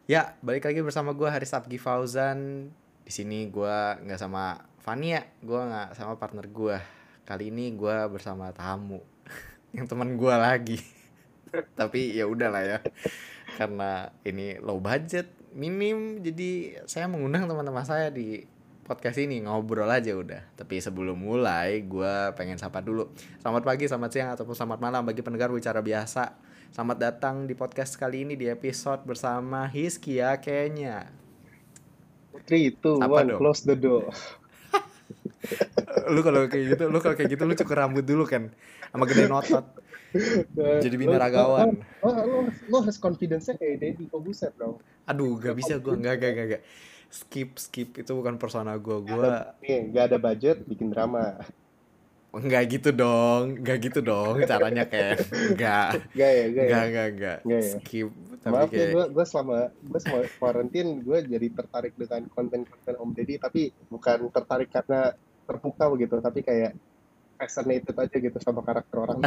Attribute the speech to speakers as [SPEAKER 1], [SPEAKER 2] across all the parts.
[SPEAKER 1] Ya, balik lagi bersama gue Haris Abgi Fauzan. Di sini gue nggak sama Fania, gue nggak sama partner gue. Kali ini gue bersama tamu, yang teman gue lagi. Tapi ya udahlah ya, karena ini low budget, minim, jadi saya mengundang teman-teman saya di podcast ini ngobrol aja udah. Tapi sebelum mulai, gue pengen sapa dulu. Selamat pagi, selamat siang, ataupun selamat malam bagi pendengar Wicara Biasa. Selamat datang di podcast kali ini di episode bersama Hiskia Kenya.
[SPEAKER 2] Three, two,
[SPEAKER 1] Sapa
[SPEAKER 2] one,
[SPEAKER 1] dong.
[SPEAKER 2] close the door.
[SPEAKER 1] Lu kalau kayak gitu lu cukur rambut dulu kan, sama gedein otot. Jadi
[SPEAKER 2] lo, lo, lo,
[SPEAKER 1] binaragawan.
[SPEAKER 2] lo harus confidence-nya kayak Deddy Kobuser dong.
[SPEAKER 1] Aduh, gak
[SPEAKER 2] Gak
[SPEAKER 1] bisa gue,
[SPEAKER 2] confidence
[SPEAKER 1] gak,
[SPEAKER 2] ya.
[SPEAKER 1] gak, gak, gak. Skip, itu bukan persona gue.
[SPEAKER 2] Gak ada budget, bikin drama.
[SPEAKER 1] Nggak gitu dong, nggak gitu dong caranya Ken.
[SPEAKER 2] Gak ya,
[SPEAKER 1] Nggak.
[SPEAKER 2] gak ya.
[SPEAKER 1] Skip, tapi
[SPEAKER 2] Maaf nih,
[SPEAKER 1] kayak
[SPEAKER 2] gue selama quarantine gue jadi tertarik dengan konten-konten Om Deddy, tapi bukan tertarik karena terpukau gitu, tapi kayak fascinated aja gitu sama karakter orangnya.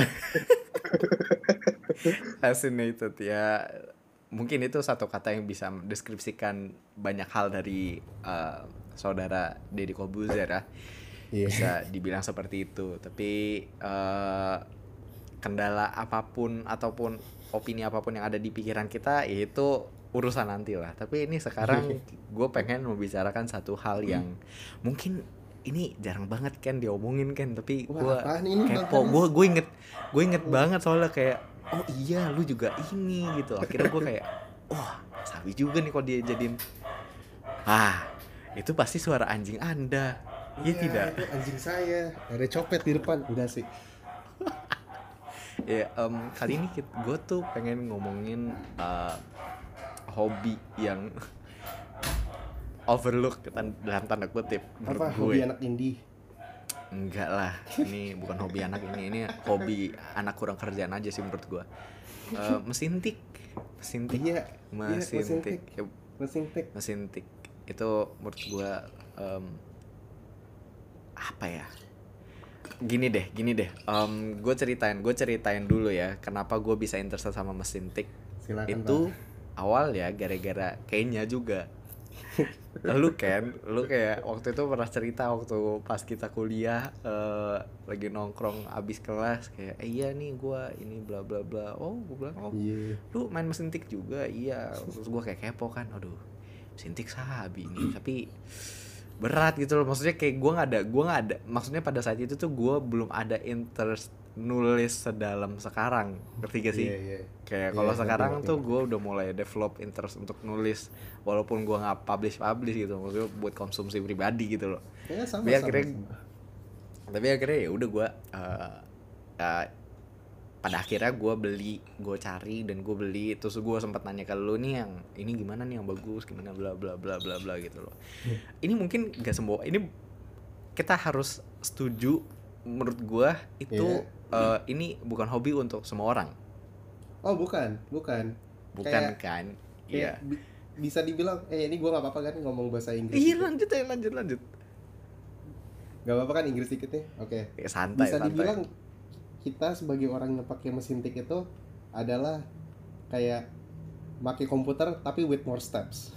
[SPEAKER 1] fascinated ya. Mungkin itu satu kata yang bisa mendeskripsikan banyak hal dari saudara Deddy Kobuzer ya.
[SPEAKER 2] Iya.
[SPEAKER 1] Bisa dibilang seperti itu. Tapi kendala apapun ataupun opini apapun yang ada di pikiran kita, ya itu urusan nanti lah. Tapi ini sekarang gue pengen membicarakan satu hal yang mungkin ini jarang banget kan diomongin kan, tapi
[SPEAKER 2] Wah,
[SPEAKER 1] gue
[SPEAKER 2] apaan ini Bang
[SPEAKER 1] kepo.
[SPEAKER 2] Haris?
[SPEAKER 1] Gue inget banget soalnya kayak, oh iya lu juga ini gitu. Akhirnya gue kayak, wah sabi juga nih kalau dia jadiin. Itu pasti suara anjing anda, ya
[SPEAKER 2] Iya,
[SPEAKER 1] tidak?
[SPEAKER 2] itu anjing saya. Ada copet di depan. Udah sih.
[SPEAKER 1] Ya, kali ini gue tuh pengen ngomongin hobi yang overlook dalam tanda kutip menurut
[SPEAKER 2] Apa
[SPEAKER 1] gue.
[SPEAKER 2] hobi anak indie?
[SPEAKER 1] Enggak lah, ini bukan hobi anak, ini hobi anak kurang kerjaan aja sih menurut gue. Mesin tik,
[SPEAKER 2] Iya, iya mesin tik.
[SPEAKER 1] ya,
[SPEAKER 2] Mesin tik.
[SPEAKER 1] mesin tik itu menurut gue, em, apa ya, gini deh, gue ceritain dulu ya kenapa gue bisa interested sama mesin tik.
[SPEAKER 2] Silakan,
[SPEAKER 1] Itu
[SPEAKER 2] Pak.
[SPEAKER 1] awal ya gara-gara Kenya juga. Lu kayak waktu itu pernah cerita waktu pas kita kuliah, lagi nongkrong abis kelas kayak, iya nih gue ini bla bla bla. Oh, gue bilang, oh
[SPEAKER 2] Iya.
[SPEAKER 1] lu main mesin tik juga? Iya. Terus gue kayak kepo kan, aduh mesin tik sabi nih, tapi berat gitu loh. Maksudnya kayak gue nggak ada maksudnya pada saat itu tuh gue belum ada interest nulis sedalam sekarang, ngerti gak sih?
[SPEAKER 2] Iya, iya.
[SPEAKER 1] Kayak
[SPEAKER 2] Iya,
[SPEAKER 1] kalau
[SPEAKER 2] ngerti,
[SPEAKER 1] sekarang
[SPEAKER 2] ngerti,
[SPEAKER 1] tuh
[SPEAKER 2] ngerti.
[SPEAKER 1] gue udah mulai develop interest untuk nulis, walaupun gue nggak publish gitu, maksudnya buat konsumsi pribadi gitu loh.
[SPEAKER 2] Ya, sama,
[SPEAKER 1] tapi
[SPEAKER 2] sama,
[SPEAKER 1] akhirnya
[SPEAKER 2] sama.
[SPEAKER 1] tapi akhirnya ya udah gue, pada akhirnya gue cari dan gue beli. Terus gue sempat nanya ke lu nih, yang ini gimana nih yang bagus, gimana bla bla bla bla bla gitu loh. Ini mungkin gak semua ini kita harus setuju, menurut gue itu
[SPEAKER 2] Iya.
[SPEAKER 1] ini bukan hobi untuk semua orang.
[SPEAKER 2] Oh, bukan, bukan.
[SPEAKER 1] Bukan
[SPEAKER 2] Kayak,
[SPEAKER 1] kan?
[SPEAKER 2] kayak
[SPEAKER 1] Iya.
[SPEAKER 2] bisa dibilang, ini gue nggak apa-apa kan ngomong bahasa Inggris
[SPEAKER 1] Iya,
[SPEAKER 2] dikit.
[SPEAKER 1] lanjut ya, lanjut.
[SPEAKER 2] Nggak apa-apa kan Inggris dikit nih? Oke.
[SPEAKER 1] Ya, santai
[SPEAKER 2] Bisa
[SPEAKER 1] santai.
[SPEAKER 2] dibilang kita sebagai orang yang pakai mesin tik itu adalah kayak pakai komputer tapi with more steps.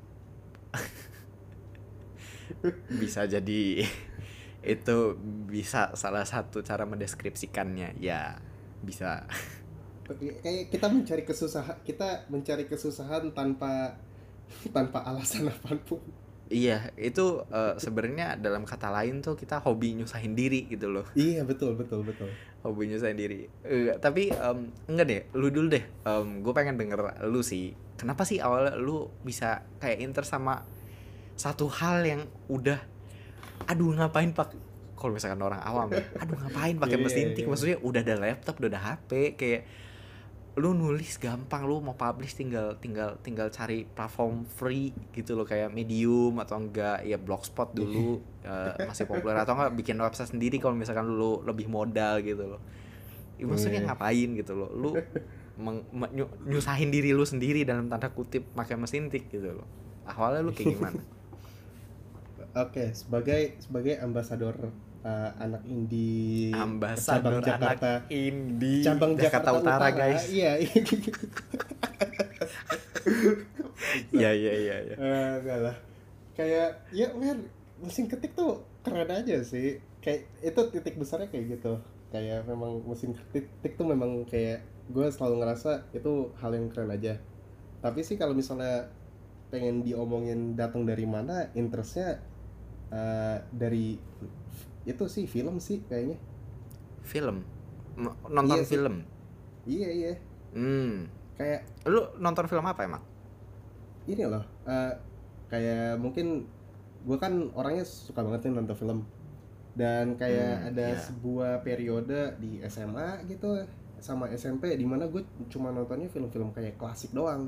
[SPEAKER 1] Bisa jadi itu bisa salah satu cara mendeskripsikannya ya, bisa.
[SPEAKER 2] Kayak kita mencari kesusahan tanpa tanpa alasan apapun.
[SPEAKER 1] Iya, itu sebenarnya dalam kata lain tuh kita hobi nyusahin diri gitu loh.
[SPEAKER 2] Iya, betul, betul, betul.
[SPEAKER 1] Hobi nyusahin diri. Tapi enggak deh, lu dulu deh. Gue pengen denger lu sih. Kenapa sih awalnya lu bisa kayak interest sama satu hal yang udah, aduh ngapain pak, kalau misalkan orang awam ya, aduh ngapain pakai
[SPEAKER 2] Iya, iya,
[SPEAKER 1] mesin tik,
[SPEAKER 2] iya.
[SPEAKER 1] maksudnya udah ada laptop, udah ada HP, kayak lu nulis gampang, lu mau publish tinggal tinggal tinggal cari platform free gitu loh, kayak Medium atau enggak ya Blogspot dulu, masih populer, atau enggak bikin website sendiri kalau misalkan lu lebih modal gitu loh. Ya, maksudnya
[SPEAKER 2] Iya.
[SPEAKER 1] ngapain gitu loh lu nyusahin diri lu sendiri dalam tanda kutip pakai mesin tik gitu loh. Awalnya lu kayak gimana?
[SPEAKER 2] Oke, sebagai sebagai ambasador anak indie cabang
[SPEAKER 1] Ambasador anak
[SPEAKER 2] Jakarta,
[SPEAKER 1] indie
[SPEAKER 2] cabang
[SPEAKER 1] Jakarta
[SPEAKER 2] Jakarta
[SPEAKER 1] Utara,
[SPEAKER 2] Utara,
[SPEAKER 1] guys.
[SPEAKER 2] iya. Bangsat.
[SPEAKER 1] Iya iya iya iya.
[SPEAKER 2] Enggak lah. Kayak ya men, mesin ketik tuh keren aja sih. Kayak itu titik besarnya kayak gitu. Kayak memang mesin ketik tuh memang kayak gue selalu ngerasa itu hal yang keren aja. Tapi sih kalau misalnya pengen diomongin datang dari mana, interestnya dari itu sih film sih kayaknya.
[SPEAKER 1] Film.
[SPEAKER 2] Iya
[SPEAKER 1] Nonton
[SPEAKER 2] sih.
[SPEAKER 1] film.
[SPEAKER 2] Iya iya.
[SPEAKER 1] Hmm.
[SPEAKER 2] Kayak
[SPEAKER 1] Lu nonton film apa emang?
[SPEAKER 2] ini loh. Kayak mungkin gue kan orangnya suka banget nih nonton film. Dan kayak ada
[SPEAKER 1] Iya.
[SPEAKER 2] sebuah periode di SMA gitu sama SMP di mana gue cuma nontonnya film-film kayak klasik doang.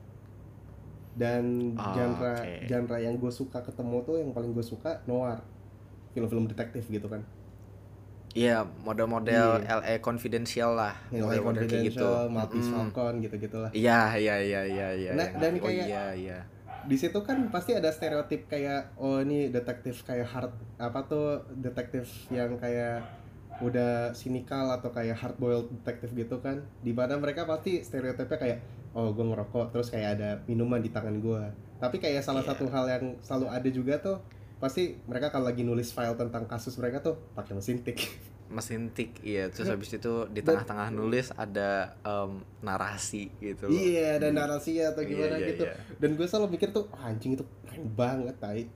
[SPEAKER 2] Dan genre
[SPEAKER 1] Oke.
[SPEAKER 2] genre yang gue suka ketemu tuh yang paling gue suka noir, film-film detektif gitu kan.
[SPEAKER 1] Iya, model-model
[SPEAKER 2] Iya,
[SPEAKER 1] LA Confidential lah,
[SPEAKER 2] LA
[SPEAKER 1] model-model kayak gitu.
[SPEAKER 2] Confidential, Maltese Falcon gitu-gitulah.
[SPEAKER 1] Iya, iya, iya, iya, iya,
[SPEAKER 2] Nah,
[SPEAKER 1] yang
[SPEAKER 2] dan
[SPEAKER 1] oh
[SPEAKER 2] kayak
[SPEAKER 1] iya, iya.
[SPEAKER 2] di situ kan pasti ada stereotip kayak oh ini detektif kayak hard apa tuh detektif yang kayak udah sinikal atau kayak hard boiled detektif gitu kan, di mana mereka pasti stereotipnya kayak oh gue ngerokok terus kayak ada minuman di tangan gue. Tapi kayak salah
[SPEAKER 1] Iya,
[SPEAKER 2] satu hal yang selalu ada juga tuh pasti mereka kalau lagi nulis file tentang kasus mereka tuh pakai mesin tik.
[SPEAKER 1] mesin tik, iya. Terus habis itu di
[SPEAKER 2] Dan
[SPEAKER 1] tengah-tengah nulis ada narasi gitu loh.
[SPEAKER 2] iya ada
[SPEAKER 1] Di
[SPEAKER 2] narasinya atau
[SPEAKER 1] iya,
[SPEAKER 2] gimana
[SPEAKER 1] iya,
[SPEAKER 2] gitu.
[SPEAKER 1] iya.
[SPEAKER 2] Dan gue selalu mikir tuh "Ah, anjing itu keren banget tai."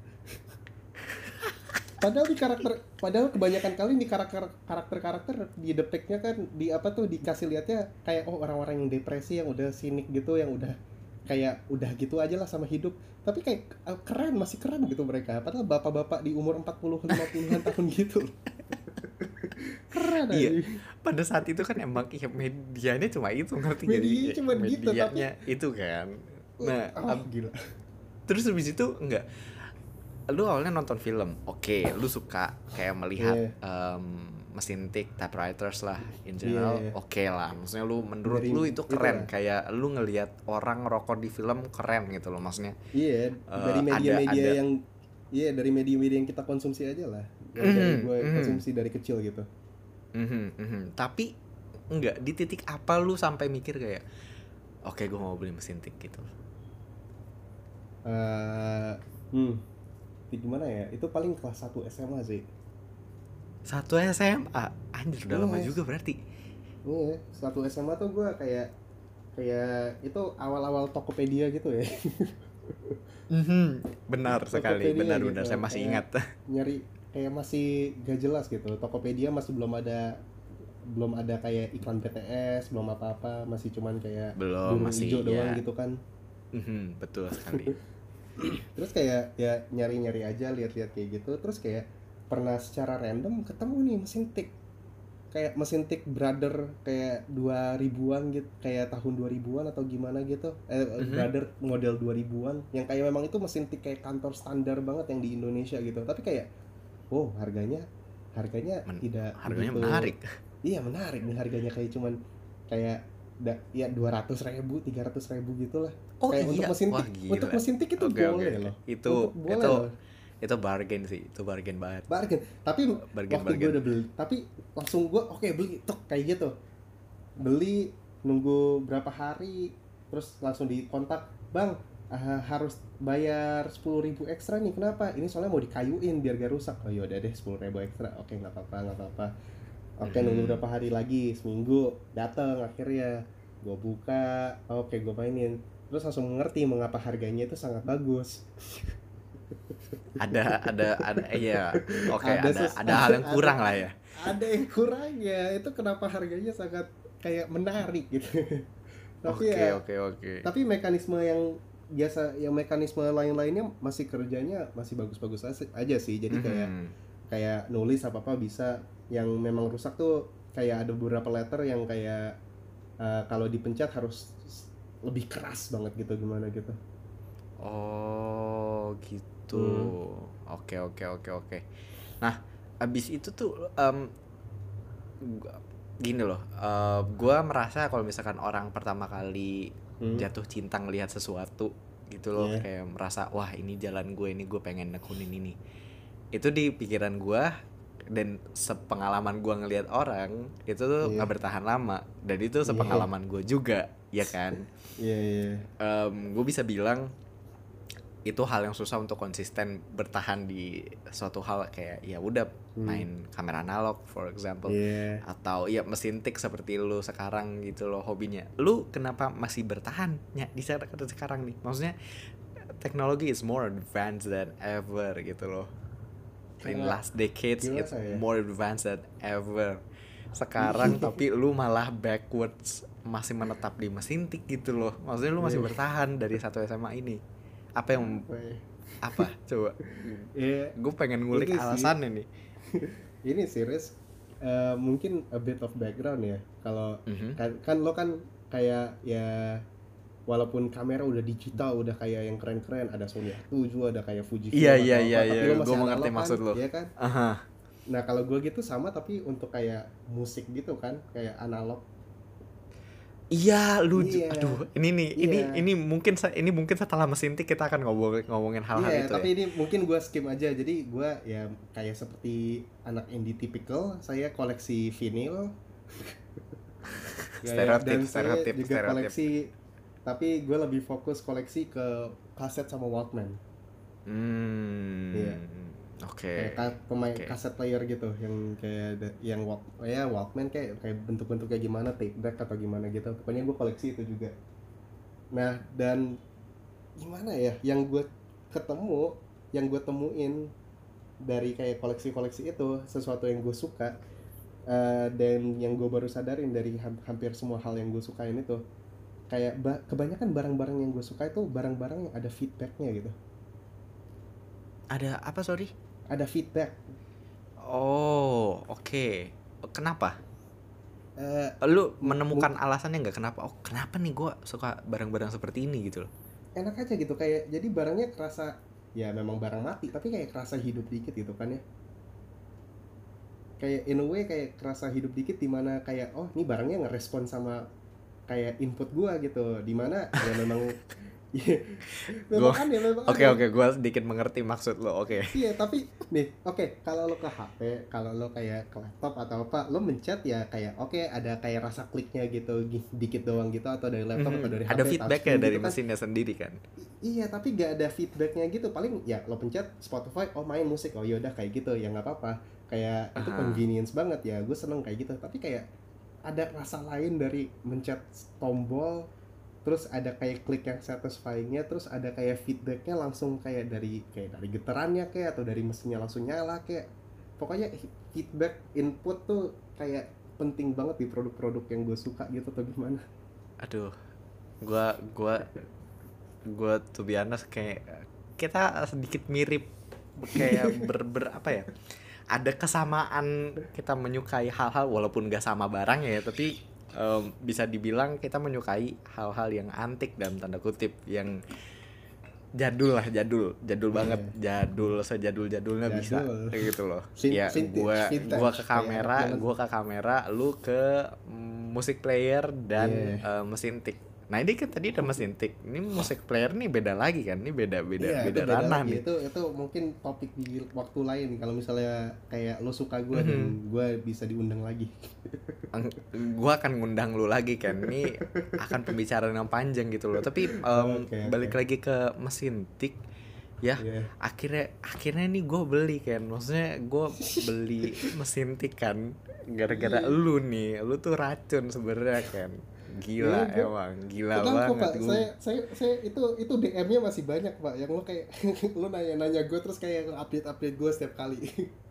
[SPEAKER 2] Padahal kebanyakan kali di karakter di deteknya kan di apa tuh dikasih lihatnya kayak oh orang-orang yang depresi yang udah sinik gitu yang udah kayak udah gitu aja lah sama hidup. Tapi kayak keren, masih keren gitu mereka. Padahal bapak-bapak di umur 40 50-an tahun gitu. Keren aja.
[SPEAKER 1] Iya, pada saat itu kan emang ya medianya cuma itu, ngerti gak sih?
[SPEAKER 2] Medianya
[SPEAKER 1] Kayak
[SPEAKER 2] cuma gitu tapi
[SPEAKER 1] medianya itu kan. Nah,
[SPEAKER 2] gila.
[SPEAKER 1] terus habis itu enggak, lu awalnya nonton film, oke, lu suka kayak melihat
[SPEAKER 2] Iya,
[SPEAKER 1] mesin tik, typewriters lah, in
[SPEAKER 2] iya,
[SPEAKER 1] general,
[SPEAKER 2] iya.
[SPEAKER 1] oke lah. Maksudnya lu, menurut
[SPEAKER 2] Dari
[SPEAKER 1] lu itu
[SPEAKER 2] itu
[SPEAKER 1] keren,
[SPEAKER 2] lah.
[SPEAKER 1] kayak lu ngelihat orang rokok di film keren gitu loh, maksudnya
[SPEAKER 2] Iya, dari media-media
[SPEAKER 1] ada.
[SPEAKER 2] yang iya dari media-media yang kita konsumsi aja lah. Yang dari
[SPEAKER 1] Mhm,
[SPEAKER 2] gue
[SPEAKER 1] mhm,
[SPEAKER 2] konsumsi dari kecil gitu.
[SPEAKER 1] mhm, mhm. Tapi enggak, di titik apa lu sampai mikir kayak oke, gue mau beli mesin tik gitu.
[SPEAKER 2] eh hmm, gimana ya? Itu paling kelas 1 SMA sih.
[SPEAKER 1] Satu SMA, anjir udah lama
[SPEAKER 2] Iya,
[SPEAKER 1] juga berarti.
[SPEAKER 2] iya, 1 SMA tuh gue kayak kayak itu awal-awal Tokopedia gitu ya.
[SPEAKER 1] Mhm, benar sekali,
[SPEAKER 2] Tokopedia
[SPEAKER 1] benar-benar
[SPEAKER 2] gitu.
[SPEAKER 1] saya masih
[SPEAKER 2] Kayak
[SPEAKER 1] ingat.
[SPEAKER 2] nyari kayak masih gak jelas gitu. Tokopedia masih belum ada kayak iklan BTS, belum apa-apa, masih cuman kayak
[SPEAKER 1] Belum,
[SPEAKER 2] burung
[SPEAKER 1] masih
[SPEAKER 2] hijau doang
[SPEAKER 1] ya.
[SPEAKER 2] gitu kan.
[SPEAKER 1] Mhm, betul sekali.
[SPEAKER 2] Terus kayak ya nyari-nyari aja lihat-lihat kayak gitu, terus kayak pernah secara random ketemu nih mesin tik, kayak mesin tik brother kayak 2000-an gitu, kayak tahun 2000-an atau gimana gitu,
[SPEAKER 1] Mhm.
[SPEAKER 2] brother model 2000-an yang kayak memang itu mesin tik kayak kantor standar banget yang di Indonesia gitu, tapi kayak oh harganya harganya tidak
[SPEAKER 1] Harganya
[SPEAKER 2] begitu.
[SPEAKER 1] menarik.
[SPEAKER 2] Iya menarik nih harganya, kayak cuman kayak ya 200.000 300.000 gitulah.
[SPEAKER 1] Oh
[SPEAKER 2] Kayak
[SPEAKER 1] iya, wah
[SPEAKER 2] untuk
[SPEAKER 1] gila.
[SPEAKER 2] mesin tik itu
[SPEAKER 1] Oke, oke,
[SPEAKER 2] boleh
[SPEAKER 1] oke.
[SPEAKER 2] loh,
[SPEAKER 1] Itu
[SPEAKER 2] untuk boleh
[SPEAKER 1] itu
[SPEAKER 2] loh
[SPEAKER 1] itu bargain sih, itu bargain banget.
[SPEAKER 2] bargain. Tapi
[SPEAKER 1] Bargain,
[SPEAKER 2] waktu gue
[SPEAKER 1] bargain.
[SPEAKER 2] udah beli, tapi langsung gue oke beli tuk kayak gitu, beli nunggu berapa hari terus langsung dikontak bang, harus bayar 10.000 ekstra nih, kenapa ini soalnya mau dikayuin biar gak rusak. Oh yaudah deh 10.000 ekstra, oke nggak apa-apa nggak apa-apa. Oke nunggu
[SPEAKER 1] Mhm.
[SPEAKER 2] berapa hari lagi, seminggu datang akhirnya gue buka, oke gue mainin, terus langsung mengerti mengapa harganya itu sangat bagus.
[SPEAKER 1] Ada iya. Oke,
[SPEAKER 2] ada
[SPEAKER 1] ada hal yang
[SPEAKER 2] ada
[SPEAKER 1] kurang lah ya.
[SPEAKER 2] ada yang kurangnya itu, kenapa harganya sangat kayak menarik gitu. Tapi
[SPEAKER 1] Oke,
[SPEAKER 2] ya
[SPEAKER 1] oke, oke.
[SPEAKER 2] tapi mekanisme yang biasa, yang mekanisme lain-lainnya masih kerjanya masih bagus-bagus aja sih, jadi kayak
[SPEAKER 1] Mhm.
[SPEAKER 2] kayak nulis apa apa bisa. Yang memang rusak tuh kayak ada beberapa letter yang kayak kalau dipencet harus lebih keras banget gitu gimana gitu.
[SPEAKER 1] Oh, gitu.
[SPEAKER 2] Hmm.
[SPEAKER 1] Oke, oke, oke, oke. Nah, abis itu tuh gini loh, gue merasa kalau misalkan orang pertama kali
[SPEAKER 2] Hmm.
[SPEAKER 1] jatuh cinta ngelihat sesuatu gitu loh,
[SPEAKER 2] Iya.
[SPEAKER 1] kayak merasa wah ini jalan gue, ini gue pengen nekunin ini, itu di pikiran gue. Dan sepengalaman gue ngelihat orang itu tuh nggak
[SPEAKER 2] Iya.
[SPEAKER 1] bertahan lama, dan itu
[SPEAKER 2] Iya.
[SPEAKER 1] sepengalaman gue juga ya kan.
[SPEAKER 2] Iya.
[SPEAKER 1] Gue bisa bilang itu hal yang susah untuk konsisten bertahan di suatu hal kayak ya udah main kamera analog for example,
[SPEAKER 2] Iya.
[SPEAKER 1] atau ya mesin tik seperti lu sekarang gitu loh hobinya. Lu kenapa masih bertahan ya di saat sekarang nih? Maksudnya teknologi is more advanced than ever gitu loh. In
[SPEAKER 2] Karena
[SPEAKER 1] last decades
[SPEAKER 2] gimana
[SPEAKER 1] it's
[SPEAKER 2] ya?
[SPEAKER 1] more advanced than ever. Sekarang tapi lu malah backwards, masih menetap di mesin tik gitu loh. Maksudnya lu masih
[SPEAKER 2] Iya.
[SPEAKER 1] bertahan dari satu SMA ini. Apa yang
[SPEAKER 2] Apa ya?
[SPEAKER 1] apa coba?
[SPEAKER 2] Iya,
[SPEAKER 1] Gue pengen ngulik
[SPEAKER 2] ini sih.
[SPEAKER 1] alasannya nih.
[SPEAKER 2] Ini serius, mungkin a bit of background ya. Kalau
[SPEAKER 1] Mhm.
[SPEAKER 2] kan lo kan kayak ya, walaupun kamera udah digital, udah kayak yang keren-keren, ada Sony A7, ada kayak
[SPEAKER 1] Iya
[SPEAKER 2] Fujifilm
[SPEAKER 1] iya
[SPEAKER 2] atau
[SPEAKER 1] iya
[SPEAKER 2] apa,
[SPEAKER 1] iya,
[SPEAKER 2] tapi lo
[SPEAKER 1] gue
[SPEAKER 2] masih
[SPEAKER 1] mengerti
[SPEAKER 2] analog kan,
[SPEAKER 1] maksud lo.
[SPEAKER 2] ya kan?
[SPEAKER 1] Aha.
[SPEAKER 2] Nah kalau gue gitu sama, tapi untuk kayak musik gitu kan, kayak analog.
[SPEAKER 1] Iya,
[SPEAKER 2] Iya,
[SPEAKER 1] aduh, ini nih,
[SPEAKER 2] iya,
[SPEAKER 1] ini mungkin setelah mesin tik kita akan ngomongin hal-hal
[SPEAKER 2] iya.
[SPEAKER 1] itu ya.
[SPEAKER 2] Tapi ini mungkin gue skim aja. Jadi gue ya kayak seperti anak indie typical, saya koleksi vinyl. Ya,
[SPEAKER 1] Stereotip,
[SPEAKER 2] dan saya
[SPEAKER 1] stereotip,
[SPEAKER 2] juga
[SPEAKER 1] stereotip.
[SPEAKER 2] koleksi, tapi gue lebih fokus koleksi ke kaset sama Walkman. Iya,
[SPEAKER 1] Oke,
[SPEAKER 2] kayak pemain
[SPEAKER 1] oke.
[SPEAKER 2] kaset player gitu, yang kayak yang Walkman, kayak bentuk-bentuknya gimana, tape deck atau gimana gitu. Pokoknya gue koleksi itu juga. Nah, dan gimana ya, yang gue temuin dari kayak koleksi-koleksi itu, sesuatu yang gue suka, dan yang gue baru sadarin dari hampir semua hal yang gue sukain itu, kayak kebanyakan barang-barang yang gue suka itu barang-barang yang ada feedbacknya gitu.
[SPEAKER 1] Ada apa, sorry?
[SPEAKER 2] Ada feedback.
[SPEAKER 1] Oh, oke. Kenapa?
[SPEAKER 2] Eh,
[SPEAKER 1] Lu
[SPEAKER 2] mu-
[SPEAKER 1] menemukan
[SPEAKER 2] mu-
[SPEAKER 1] alasannya nggak kenapa? Oh, kenapa nih gue suka barang-barang seperti ini gitu loh?
[SPEAKER 2] Enak aja gitu, kayak jadi barangnya kerasa, ya memang barang mati tapi kayak kerasa hidup dikit gitu kan ya. Kayak in a way kayak kerasa hidup dikit, dimana kayak oh ini barangnya ngerespon sama kayak input gua gitu, dimana ya memang iya,
[SPEAKER 1] Gue,
[SPEAKER 2] memang
[SPEAKER 1] oke
[SPEAKER 2] aneh.
[SPEAKER 1] oke, gue sedikit mengerti maksud lo. Oke.
[SPEAKER 2] Iya, tapi nih, oke, kalau lo ke HP, kalau lo kayak ke laptop atau apa, lo mencet ya kayak oke, ada kayak rasa kliknya gitu, dikit doang gitu, atau dari laptop atau dari
[SPEAKER 1] Ada
[SPEAKER 2] HP
[SPEAKER 1] feedbacknya
[SPEAKER 2] touchscreen
[SPEAKER 1] dari
[SPEAKER 2] gitu kan.
[SPEAKER 1] mesinnya sendiri kan?
[SPEAKER 2] Iya, tapi gak ada feedbacknya gitu. Paling ya lo pencet Spotify, oh main musik, oh yaudah kayak gitu, ya nggak apa-apa. Kayak itu
[SPEAKER 1] Aha.
[SPEAKER 2] convenience banget ya, gue seneng kayak gitu. Tapi kayak ada rasa lain dari mencet tombol, terus ada kayak klik yang satisfyingnya, terus ada kayak feedbacknya langsung kayak dari getarannya kayak, atau dari mesinnya langsung nyala kayak. Pokoknya feedback input tuh kayak penting banget di produk-produk yang gue suka gitu, atau gimana.
[SPEAKER 1] Aduh, gue gue to be honest kayak kita sedikit mirip, kayak apa ya, ada kesamaan, kita menyukai hal-hal walaupun gak sama barangnya ya, tapi bisa dibilang kita menyukai hal-hal yang antik dalam tanda kutip, yang jadul lah, jadul banget,
[SPEAKER 2] Iya,
[SPEAKER 1] sejadul-jadulnya bisa
[SPEAKER 2] jadul.
[SPEAKER 1] kayak gitu loh. Ya
[SPEAKER 2] Vintage,
[SPEAKER 1] gua
[SPEAKER 2] vintage
[SPEAKER 1] ke
[SPEAKER 2] kayak anak
[SPEAKER 1] kamera,
[SPEAKER 2] zaman.
[SPEAKER 1] lu ke musik player dan
[SPEAKER 2] Iya.
[SPEAKER 1] mesin tik. Nah ini kan tadi ada mesin tik, ini musik player nih beda lagi kan, ini beda beda
[SPEAKER 2] Iya, itu
[SPEAKER 1] beda
[SPEAKER 2] beda
[SPEAKER 1] ranah
[SPEAKER 2] lagi.
[SPEAKER 1] nih.
[SPEAKER 2] Itu mungkin topik di waktu lain kalau misalnya kayak lo suka gue dan
[SPEAKER 1] Mhm.
[SPEAKER 2] gue bisa diundang lagi.
[SPEAKER 1] Gua akan ngundang lu lagi kan, ini akan pembicaraan yang panjang gitu loh, tapi
[SPEAKER 2] Oke, oke.
[SPEAKER 1] balik lagi ke mesin tik ya.
[SPEAKER 2] Iya.
[SPEAKER 1] Akhirnya nih gue beli kan, maksudnya gue beli mesin tik kan gara-gara
[SPEAKER 2] Iya.
[SPEAKER 1] lu tuh racun sebenarnya kan.
[SPEAKER 2] Iya,
[SPEAKER 1] Gila,
[SPEAKER 2] gue
[SPEAKER 1] emang gila
[SPEAKER 2] kenal kok
[SPEAKER 1] banget
[SPEAKER 2] Pak.
[SPEAKER 1] gue.
[SPEAKER 2] Saya itu DM-nya masih banyak Pak. Yang lo kayak lo nanya-nanya gue, terus kayak update gue setiap kali.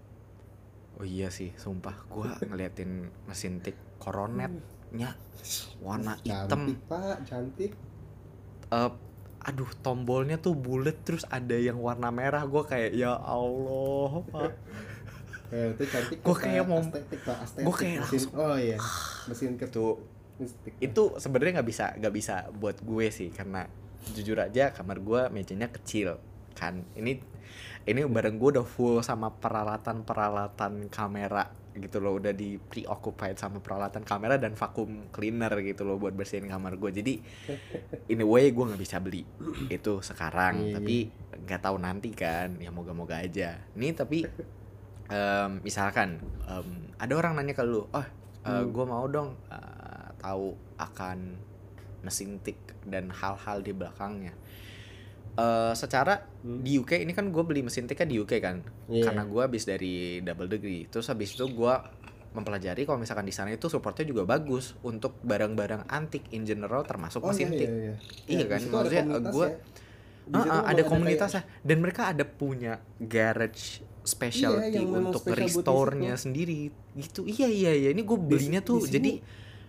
[SPEAKER 1] Oh iya sih, sumpah gue ngeliatin mesin tik Coronetnya warna hitam.
[SPEAKER 2] Cantik Pak, cantik.
[SPEAKER 1] eh Aduh, tombolnya tuh bulat terus ada yang warna merah, gue kayak ya Allah Pak.
[SPEAKER 2] Itu cantik tuh
[SPEAKER 1] gue kayak
[SPEAKER 2] Pak,
[SPEAKER 1] mau
[SPEAKER 2] estetik Pak,
[SPEAKER 1] gue
[SPEAKER 2] estetik
[SPEAKER 1] kayak
[SPEAKER 2] mesin.
[SPEAKER 1] langsung
[SPEAKER 2] Oh iya, mesin
[SPEAKER 1] tuh.
[SPEAKER 2] ketik.
[SPEAKER 1] Itu sebenarnya nggak bisa buat gue sih, karena jujur aja kamar gue mejanya kecil kan. Ini bareng gue udah full sama peralatan kamera gitu loh, udah di preoccupied sama peralatan kamera dan vacuum cleaner gitu loh buat bersihin kamar gue. Jadi in a way gue nggak bisa beli itu sekarang,
[SPEAKER 2] Iya, iya.
[SPEAKER 1] tapi nggak tahu nanti kan, ya moga-moga aja nih. Tapi misalkan ada orang nanya ke lu, oh
[SPEAKER 2] Hmm.
[SPEAKER 1] gue mau dong tahu akan mesin tik dan hal-hal di belakangnya. Secara di UK ini kan gue beli mesin tiknya di UK kan, karena gue habis dari double degree. Terus habis itu gue mempelajari kalau misalkan di sana itu supportnya juga bagus untuk barang-barang antik in general termasuk mesin tik. Iya kan, maksudnya gue ada komunitasnya dan mereka ada punya garage specialty untuk restore-nya sendiri gitu. Iya ini gue belinya tuh jadi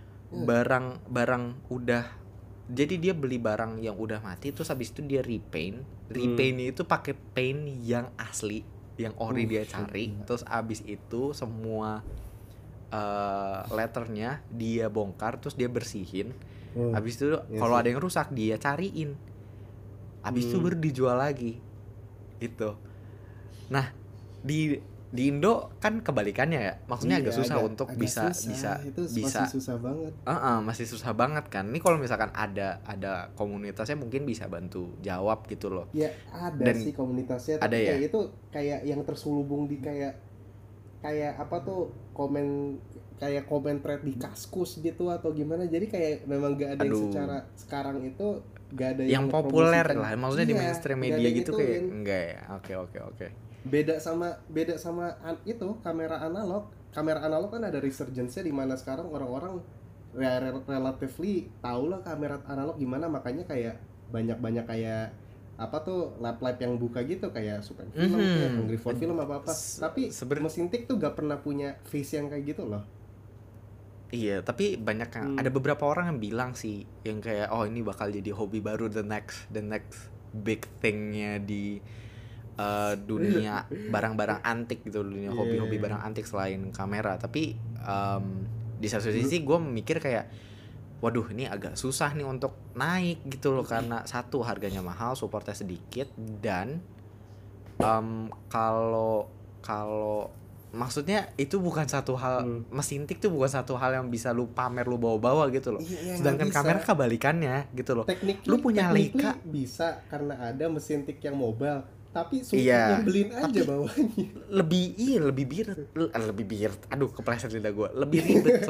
[SPEAKER 1] barang udah, jadi dia beli barang yang udah mati terus habis itu dia repaintnya itu pakai paint yang asli, yang ori dia cari. Terus abis itu semua letternya dia bongkar terus dia bersihin. Abis itu kalau ada yang rusak dia cariin. Abis itu baru dijual lagi gitu. Nah di Indo kan kebalikannya ya, maksudnya agak susah untuk bisa
[SPEAKER 2] masih susah banget.
[SPEAKER 1] Masih susah banget kan. Ini kalau misalkan ada komunitasnya mungkin bisa bantu jawab gitu loh.
[SPEAKER 2] Ya ada dan sih komunitasnya, tapi kayak itu kayak yang terselubung di kayak apa tuh komen thread di Kaskus gitu atau gimana. Jadi kayak memang gak ada yang secara sekarang itu gak ada
[SPEAKER 1] yang populer lah, maksudnya di mainstream media gitu kayak enggak ya. Oke. Beda
[SPEAKER 2] sama itu kamera analog kan ada resurgence-nya di mana sekarang orang-orang relatively tahu lah kamera analog gimana, makanya kayak banyak kayak apa tuh lab yang buka gitu kayak Super Film kayak Hungry for Film apa tapi mesin tik tuh gak pernah punya face yang kayak gitu loh.
[SPEAKER 1] Iya, tapi banyak yang ada beberapa orang yang bilang sih yang kayak ini bakal jadi hobi baru, the next big thing-nya di dunia barang-barang antik gitu, dunia hobi-hobi barang antik selain kamera. Tapi di satu sisi gue mikir kayak waduh ini agak susah nih untuk naik gitu loh, karena satu harganya mahal, supportnya sedikit, dan kalau maksudnya itu bukan satu hal, mesin tik tuh bukan satu hal yang bisa lu pamer, lu bawa-bawa gitu loh. Sedangkan kamera kebalikannya gitu loh. Lu punya Leica
[SPEAKER 2] bisa karena ada mesin tik yang mobile, tapi yang beliin aja bawahnya.
[SPEAKER 1] Lebih birit. Aduh, kepleset lidah gue. Lebih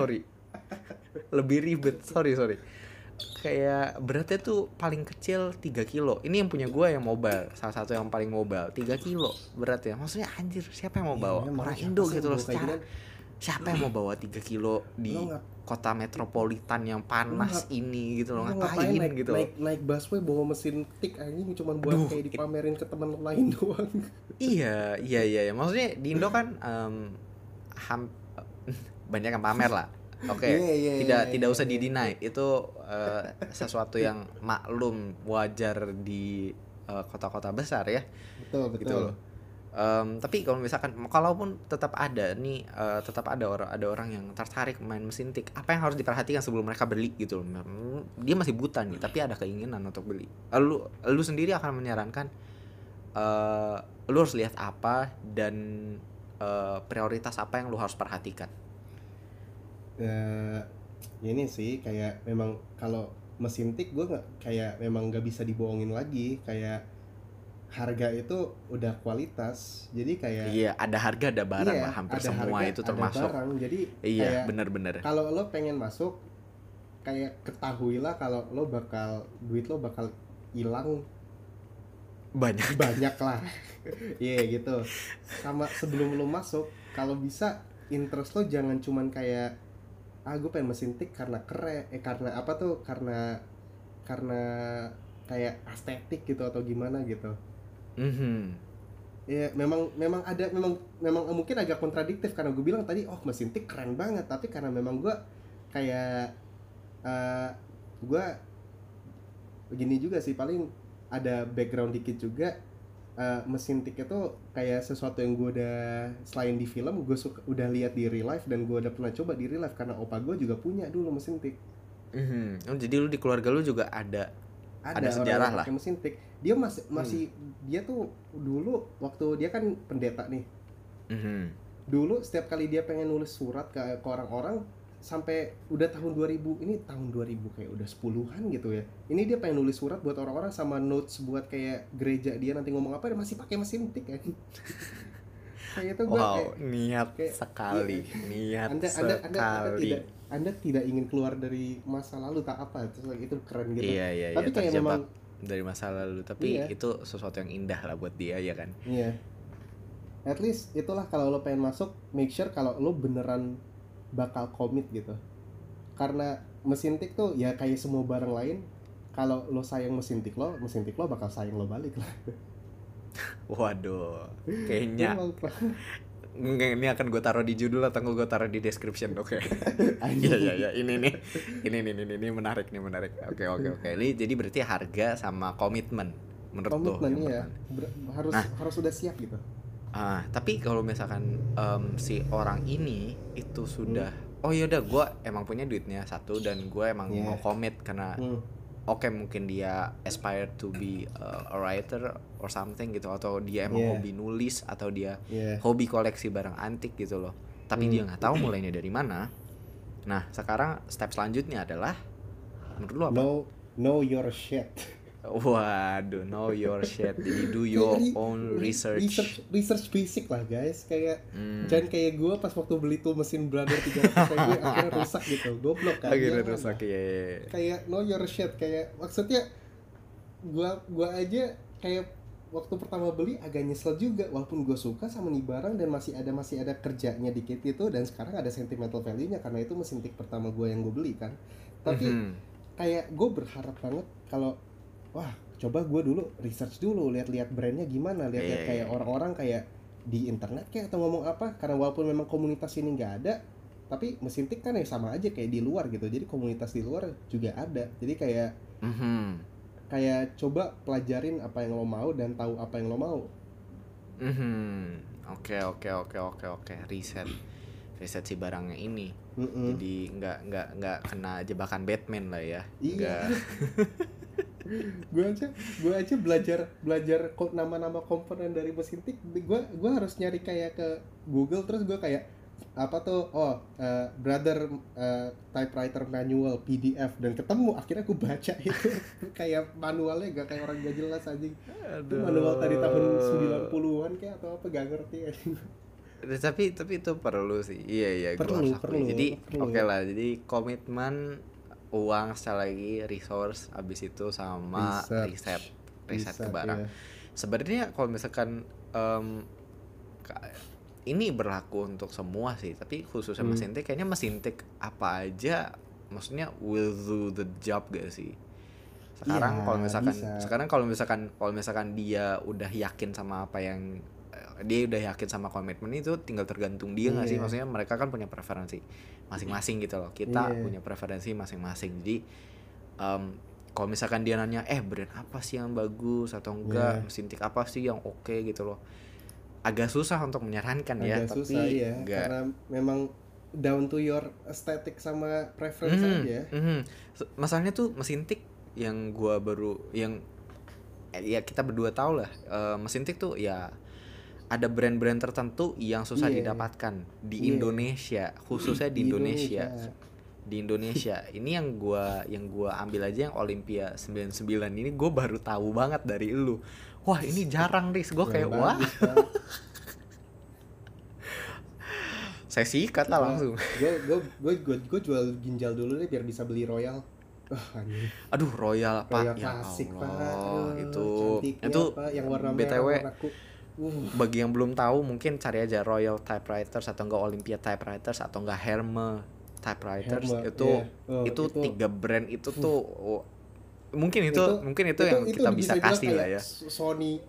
[SPEAKER 1] ribet. Sorry. Kayak beratnya tuh paling kecil 3 kilo. Ini yang punya gue yang mobile, salah satu yang paling mobile, 3 kilo beratnya. Maksudnya anjir, siapa yang mau bawa? Orang Indo gitu loh secara. Siapa yang mau bawa 3 kilo di kota metropolitan yang panas ini gitu loh, ngapain gitu.
[SPEAKER 2] Naik busway bawa mesin tik anjing cuma buat kayak dipamerin ke teman lain doang.
[SPEAKER 1] Iya. Maksudnya di Indo kan banyak yang pamer lah. Oke, tidak usah di-deny, itu sesuatu yang maklum, wajar di kota-kota besar ya.
[SPEAKER 2] Betul.
[SPEAKER 1] Gitu loh. Tapi kalau misalkan kalaupun tetap ada nih, tetap ada orang yang tertarik main mesin tik, apa yang harus diperhatikan sebelum mereka beli gitu loh. Dia masih buta nih tapi ada keinginan untuk beli. Lu sendiri akan menyarankan lu harus lihat apa dan prioritas apa yang lu harus perhatikan?
[SPEAKER 2] Ini sih kayak memang kalau mesin tik gue memang nggak bisa dibohongin lagi, kayak harga itu udah kualitas, jadi kayak
[SPEAKER 1] ada harga ada barang lah, hampir semua harga, itu termasuk
[SPEAKER 2] barang. Jadi
[SPEAKER 1] benar-benar
[SPEAKER 2] kalau lo pengen masuk kayak ketahuilah kalau duit lo bakal hilang banyak lah. Gitu. Sama sebelum lo masuk, kalau bisa interest lo jangan cuman kayak gue pengen mesin tik karena keren, karena apa tuh, karena kayak estetik gitu atau gimana gitu. Ya memang mungkin agak kontradiktif karena gue bilang tadi mesin tik keren banget, tapi karena memang gue kayak gue begini juga sih, paling ada background dikit juga. Mesin tik itu kayak sesuatu yang gue udah, selain di film, gue udah lihat di real life, dan gue udah pernah coba di real life karena opa gue juga punya dulu mesin tik.
[SPEAKER 1] Jadi lu di keluarga lu juga ada sejarah lah
[SPEAKER 2] mesin tik. Dia masih dia tuh dulu waktu dia kan pendeta nih. Dulu setiap kali dia pengen nulis surat ke orang-orang, sampai udah tahun 2000, ini tahun 2000 kayak udah 10-an gitu ya. Ini dia pengen nulis surat buat orang-orang sama notes buat kayak gereja dia nanti ngomong apa, dia masih pakai mesin tik kan. Kayak itu gue
[SPEAKER 1] niat sekali.
[SPEAKER 2] Anda tidak ingin keluar dari masa lalu tak apa, terus like, itu keren gitu.
[SPEAKER 1] Iya iya iya,
[SPEAKER 2] Tapi kayak
[SPEAKER 1] terjebak
[SPEAKER 2] memang
[SPEAKER 1] dari masa lalu, tapi
[SPEAKER 2] iya,
[SPEAKER 1] itu sesuatu yang indah lah buat dia ya kan.
[SPEAKER 2] iya. At least itulah kalau lo pengen masuk, make sure kalau lo beneran bakal komit gitu. Karena mesin tik tuh ya kayak semua barang lain, kalau lo sayang mesin tik lo bakal sayang lo balik lah.
[SPEAKER 1] Waduh,
[SPEAKER 2] Ini
[SPEAKER 1] kayaknya
[SPEAKER 2] emang
[SPEAKER 1] ini akan gue taruh di judul atau gue taruh di description. Oke. Iya iya iya, ini menarik nih, menarik. Oke. Ini jadi berarti harga sama komitmen menurut lo
[SPEAKER 2] komitmen
[SPEAKER 1] yang
[SPEAKER 2] ya,
[SPEAKER 1] pertama.
[SPEAKER 2] harus
[SPEAKER 1] Nah,
[SPEAKER 2] harus udah siap gitu.
[SPEAKER 1] tapi kalau misalkan si orang ini itu sudah, oh yaudah gue emang punya duitnya satu dan gue emang
[SPEAKER 2] Yeah.
[SPEAKER 1] mau komit karena oke, mungkin dia aspire to be a writer or something gitu, atau dia emang
[SPEAKER 2] Yeah.
[SPEAKER 1] hobi nulis, atau dia
[SPEAKER 2] Yeah.
[SPEAKER 1] hobi koleksi barang antik gitu loh, tapi dia nggak tahu mulainya dari mana. Nah sekarang step selanjutnya adalah menurut lo apa?
[SPEAKER 2] Know your shit.
[SPEAKER 1] Waduh, know your shit. Jadi do your own research.
[SPEAKER 2] Research basic lah guys. Kayak jangan kayak gue pas waktu beli tuh mesin Brother 300 ribu akhirnya rusak gitu. Goblok kan.
[SPEAKER 1] Akhirnya
[SPEAKER 2] Jangan
[SPEAKER 1] rusak
[SPEAKER 2] lah.
[SPEAKER 1] ya.
[SPEAKER 2] Kayak know your shit, kayak maksudnya gua aja kayak waktu pertama beli agak nyesel juga, walaupun gue suka sama nih barang dan masih ada kerjanya dikit itu, dan sekarang ada sentimental value-nya karena itu mesin tik pertama gue yang gue beli kan. Tapi kayak gue berharap banget kalau wah, coba gue dulu research dulu, lihat-lihat brandnya gimana, lihat-lihat kayak orang-orang kayak di internet kayak atau ngomong apa, karena walaupun memang komunitas ini nggak ada, tapi mesin tik kan ya sama aja kayak di luar gitu, jadi komunitas di luar juga ada, jadi kayak kayak coba pelajarin apa yang lo mau dan tahu apa yang lo mau.
[SPEAKER 1] Oke. Riset si barangnya ini. Jadi nggak kena jebakan Batman lah ya.
[SPEAKER 2] Iya. gue aja belajar nama-nama komponen dari mesin tik. Gue harus nyari kayak ke Google, terus gue kayak apa tuh, Brother typewriter manual PDF, dan ketemu, akhirnya gue baca itu. Kayak manualnya gak kayak orang gak jelas aja. Itu manual tadi tahun 90-an kayak atau apa, gak ngerti aja.
[SPEAKER 1] Tapi itu perlu sih. Iya gue harus akui. Jadi oke lah, jadi komitmen, uang, sekali lagi resource, abis itu sama riset ke barang. Sebenarnya kalau misalkan ini berlaku untuk semua sih, tapi khususnya mesin tik, kayaknya mesin tik apa aja maksudnya will do the job gak sih sekarang. Kalau misalkan dia udah yakin sama apa yang dia udah yakin sama komitmen itu, tinggal tergantung dia nggak sih. Maksudnya mereka kan punya preferensi masing-masing gitu loh, kita punya preferensi masing-masing. Jadi kalau misalkan dia nanya brand apa sih yang bagus atau enggak, mesin tik apa sih yang oke gitu loh, agak susah untuk menyarankan ya.
[SPEAKER 2] Agak susah ya, karena memang down to your aesthetic sama preference aja.
[SPEAKER 1] Masalahnya tuh mesin tik yang gua baru yang ya kita berdua tahu lah, mesin tik tuh ya ada brand-brand tertentu yang susah didapatkan di Indonesia, khususnya di Indonesia. Di Indonesia ini yang gua ambil aja yang Olympia 99 ini, gue baru tahu banget dari lu. Wah ini jarang Riz, gue kayak wah. Saya sikat lah langsung.
[SPEAKER 2] Gue jual ginjal dulu deh biar bisa beli Royal.
[SPEAKER 1] Aduh Royal Pak, ya
[SPEAKER 2] klasik,
[SPEAKER 1] Allah
[SPEAKER 2] Pak.
[SPEAKER 1] itu
[SPEAKER 2] apa, yang warna
[SPEAKER 1] BTW
[SPEAKER 2] merah,
[SPEAKER 1] bagi yang belum tahu mungkin cari aja Royal Typewriters atau enggak Olympia Typewriters atau enggak Herme Typewriters. Itu 3 brand itu tuh mungkin itu yang kita bisa kasih lah ya.
[SPEAKER 2] Sony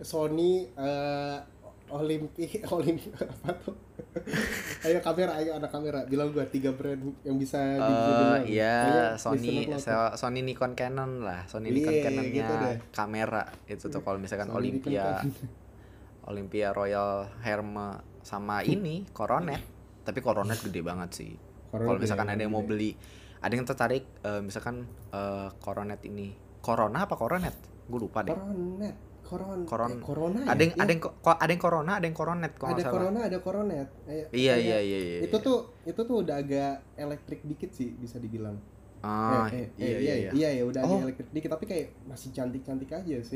[SPEAKER 2] Olimpi apa tuh? Ayo ada kamera. Bilang gua 3 brand yang bisa dibilang.
[SPEAKER 1] Iya, Sony Nikon Canon lah. Sony Nikon Canonnya gitu kamera itu tuh kalau misalkan Olympia Royal Herme sama ini Coronet. Tapi Coronet gede banget sih. Kalau misalkan ada yang mau beli, ada yang tertarik misalkan Coronet ini. Corona apa Coronet? Gue lupa deh. Corona. Ada yang Corona, ada yang Coronet kok enggak salah.
[SPEAKER 2] Ada Corona, ada Coronet.
[SPEAKER 1] Iya.
[SPEAKER 2] Itu tuh udah agak elektrik dikit sih bisa dibilang.
[SPEAKER 1] Iya,
[SPEAKER 2] Iya, udah agak elektrik dikit, tapi kayak masih cantik-cantik aja sih.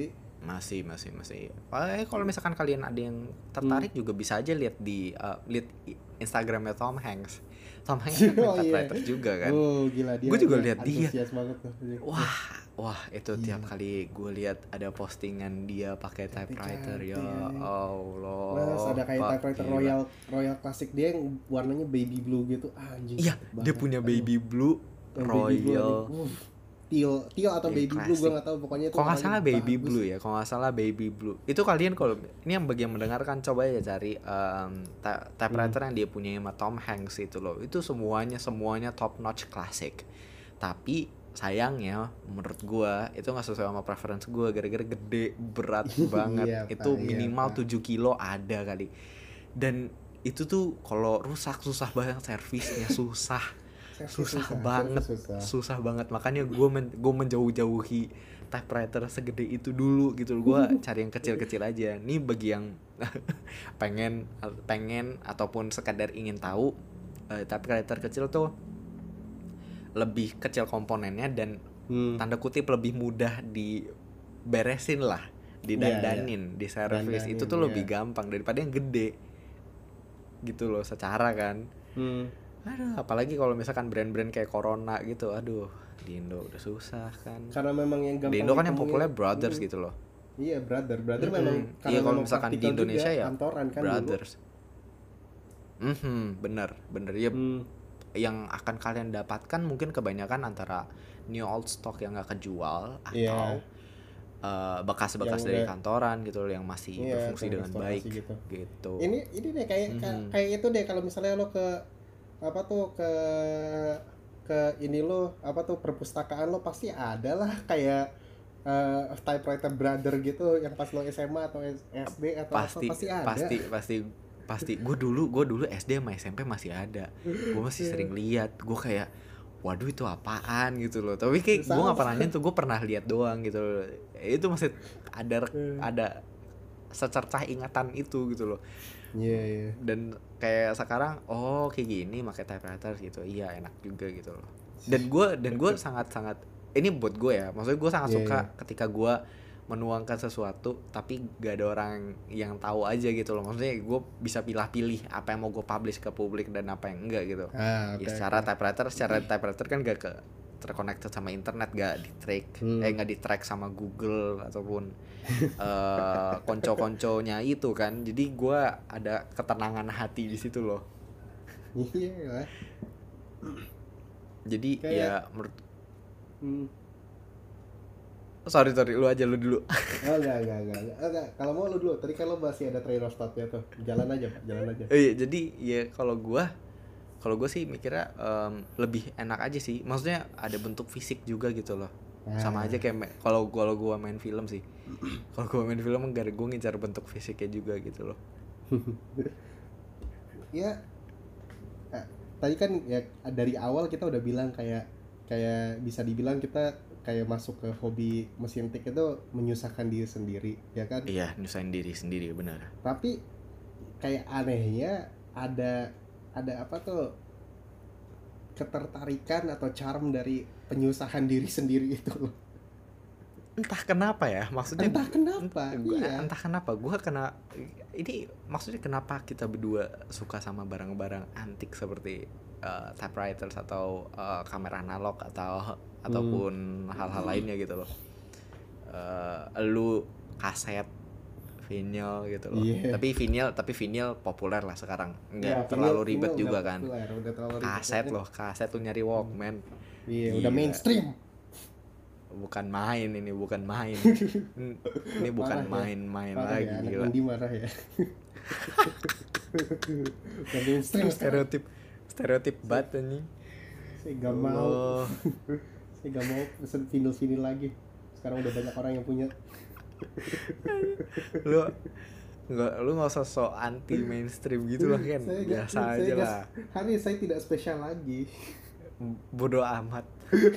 [SPEAKER 1] Masih. Kalau misalkan kalian ada yang tertarik juga bisa aja lihat di lihat Instagramnya Tom Hanks. Tom Hanks kan main
[SPEAKER 2] Oh iya.
[SPEAKER 1] typewriter juga kan.
[SPEAKER 2] Oh gila, dia
[SPEAKER 1] Gue juga
[SPEAKER 2] dia
[SPEAKER 1] lihat dia.
[SPEAKER 2] antusias banget tuh.
[SPEAKER 1] Wah itu tiap kali gue lihat ada postingan dia pakai typewriter ya Allah.
[SPEAKER 2] Mas ada kayak
[SPEAKER 1] Pak,
[SPEAKER 2] typewriter
[SPEAKER 1] gila.
[SPEAKER 2] Royal Classic dia yang warnanya baby blue gitu. Anjing.
[SPEAKER 1] Iya,
[SPEAKER 2] cepet
[SPEAKER 1] dia
[SPEAKER 2] banget.
[SPEAKER 1] punya
[SPEAKER 2] Aduh,
[SPEAKER 1] baby blue
[SPEAKER 2] yang baby blue
[SPEAKER 1] Royal.
[SPEAKER 2] anjing. Teal atau
[SPEAKER 1] Yang
[SPEAKER 2] baby blue
[SPEAKER 1] classic.
[SPEAKER 2] gue nggak tahu, pokoknya itu
[SPEAKER 1] Kalau nggak
[SPEAKER 2] warnanya
[SPEAKER 1] salah baby
[SPEAKER 2] bagus.
[SPEAKER 1] blue ya, kalau nggak salah baby blue. Itu kalian kalau ini yang bagi yang mendengarkan coba ya cari typewriter yang dia punya sama Tom Hanks itu loh. Itu semuanya top notch classic. Tapi sayangnya menurut gua itu nggak sesuai sama preference gua gara-gara gede, berat banget.
[SPEAKER 2] Iya,
[SPEAKER 1] Itu
[SPEAKER 2] Pak, iya,
[SPEAKER 1] minimal
[SPEAKER 2] Pak.
[SPEAKER 1] 7 kilo ada kali. Dan itu tuh kalau rusak susah banget servisnya, susah banget, susah banget. Makanya gue menjauhi typewriter segede itu dulu gitu. Gue cari yang kecil-kecil aja. Nih bagi yang pengen ataupun sekadar ingin tahu, typewriter kecil tuh lebih kecil komponennya dan tanda kutip lebih mudah diberesin lah, didandanin, di servis. Itu tuh lebih gampang daripada yang gede gitu loh secara kan. Aduh, apalagi kalau misalkan brand-brand kayak Corona gitu, aduh, di Indo udah susah kan.
[SPEAKER 2] Karena memang yang gampang
[SPEAKER 1] Di Indo kan yang
[SPEAKER 2] ditemuin-
[SPEAKER 1] populer Brothers gitu loh.
[SPEAKER 2] Iya, brother memang karena
[SPEAKER 1] Iya, kalau
[SPEAKER 2] memang
[SPEAKER 1] misalkan di
[SPEAKER 2] praktikal
[SPEAKER 1] Indonesia
[SPEAKER 2] juga,
[SPEAKER 1] ya
[SPEAKER 2] kantoran kan
[SPEAKER 1] Brothers. Bener ya.
[SPEAKER 2] dulu.
[SPEAKER 1] Yang akan kalian dapatkan mungkin kebanyakan antara new old stock yang nggak kejual atau
[SPEAKER 2] Iya.
[SPEAKER 1] bekas-bekas
[SPEAKER 2] Yang
[SPEAKER 1] dari
[SPEAKER 2] udah-
[SPEAKER 1] kantoran gitu loh yang masih
[SPEAKER 2] Iya,
[SPEAKER 1] berfungsi dengan
[SPEAKER 2] restorasi
[SPEAKER 1] baik
[SPEAKER 2] gitu.
[SPEAKER 1] gitu.
[SPEAKER 2] Ini deh kayak itu deh, kalau misalnya lo ke apa tuh ke ini lo apa tuh perpustakaan lo pasti ada lah kayak typewriter brother gitu yang pas lo SMA atau SD atau
[SPEAKER 1] pasti
[SPEAKER 2] apa pasti ada.
[SPEAKER 1] pasti gue dulu SD sama SMP masih ada. Gue masih sering lihat. Gue kayak waduh itu apaan gitu loh. Tapi kayak gue nggak pernah nyentuh, gue pernah lihat doang gitu loh. Itu masih ada secercah ingatan itu gitu loh.
[SPEAKER 2] Iya.
[SPEAKER 1] Dan kayak sekarang kayak gini pakai typewriter gitu. Iya enak juga gitu loh. Dan gue sangat ini buat gue ya. Maksudnya gue sangat suka ketika gue menuangkan sesuatu tapi gak ada orang yang tahu aja gitu loh. Maksudnya gue bisa pilih apa yang mau gue publish ke publik dan apa yang enggak gitu.
[SPEAKER 2] Okay,
[SPEAKER 1] secara typewriter kan gak terconnected sama internet, gak di track gak di track sama Google ataupun konco-konconya itu kan. Jadi gue ada ketenangan hati di situ loh.
[SPEAKER 2] Iya.
[SPEAKER 1] Jadi kayak, ya menurut sorry lu dulu.
[SPEAKER 2] Oh enggak. Kalau mau lu dulu. Tadi kan lo masih ada train of thought-nya tuh. Jalan aja.
[SPEAKER 1] Iya, jadi ya kalau gue sih mikirnya lebih enak aja sih. Maksudnya ada bentuk fisik juga gitu loh. Sama aja kayak kalau gue main film sih. Kalau gue main film enggak, gue ngincar bentuk fisiknya juga gitu loh.
[SPEAKER 2] Ya. Tadi kan ya dari awal kita udah bilang kayak bisa dibilang kita kayak masuk ke hobi mesin tik itu menyusahkan diri sendiri, ya kan?
[SPEAKER 1] Iya, nyusahin diri sendiri, benar.
[SPEAKER 2] Tapi kayak anehnya ada apa tuh ketertarikan atau charm dari penyusahan diri sendiri itu loh.
[SPEAKER 1] Entah kenapa ya, maksudnya
[SPEAKER 2] Entah kenapa
[SPEAKER 1] gue kena ini, maksudnya kenapa kita berdua suka sama barang-barang antik seperti typewriters atau kamera analog ataupun hal-hal lainnya gitu loh. Lu kaset, vinyl gitu loh. Tapi vinyl populer lah sekarang. Enggak terlalu ribet juga kan. Kaset lu nyari Walkman.
[SPEAKER 2] Iya, udah mainstream.
[SPEAKER 1] Bukan main. Ini bukan main lagi
[SPEAKER 2] ya,
[SPEAKER 1] gila.
[SPEAKER 2] Anak marah ya. Mainstream
[SPEAKER 1] stereotip banget anjing.
[SPEAKER 2] Saya gak mau. Saya gak mau pesen vinyl lagi. Sekarang udah banyak orang yang punya.
[SPEAKER 1] Lu nggak usah sok anti mainstream gitu lah kan. Biasa aja lah.
[SPEAKER 2] Hari saya tidak spesial lagi.
[SPEAKER 1] Bodoh amat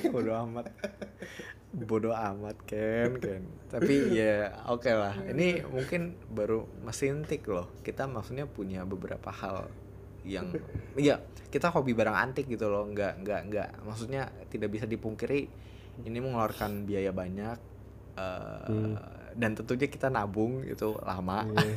[SPEAKER 1] Ken. Tapi ya oke lah. Ini mungkin baru mesin tik loh. Kita maksudnya punya beberapa hal yang ya kita hobi barang antik gitu loh. Enggak maksudnya tidak bisa dipungkiri ini mengeluarkan biaya banyak dan tentunya kita nabung itu lama.
[SPEAKER 2] Iya.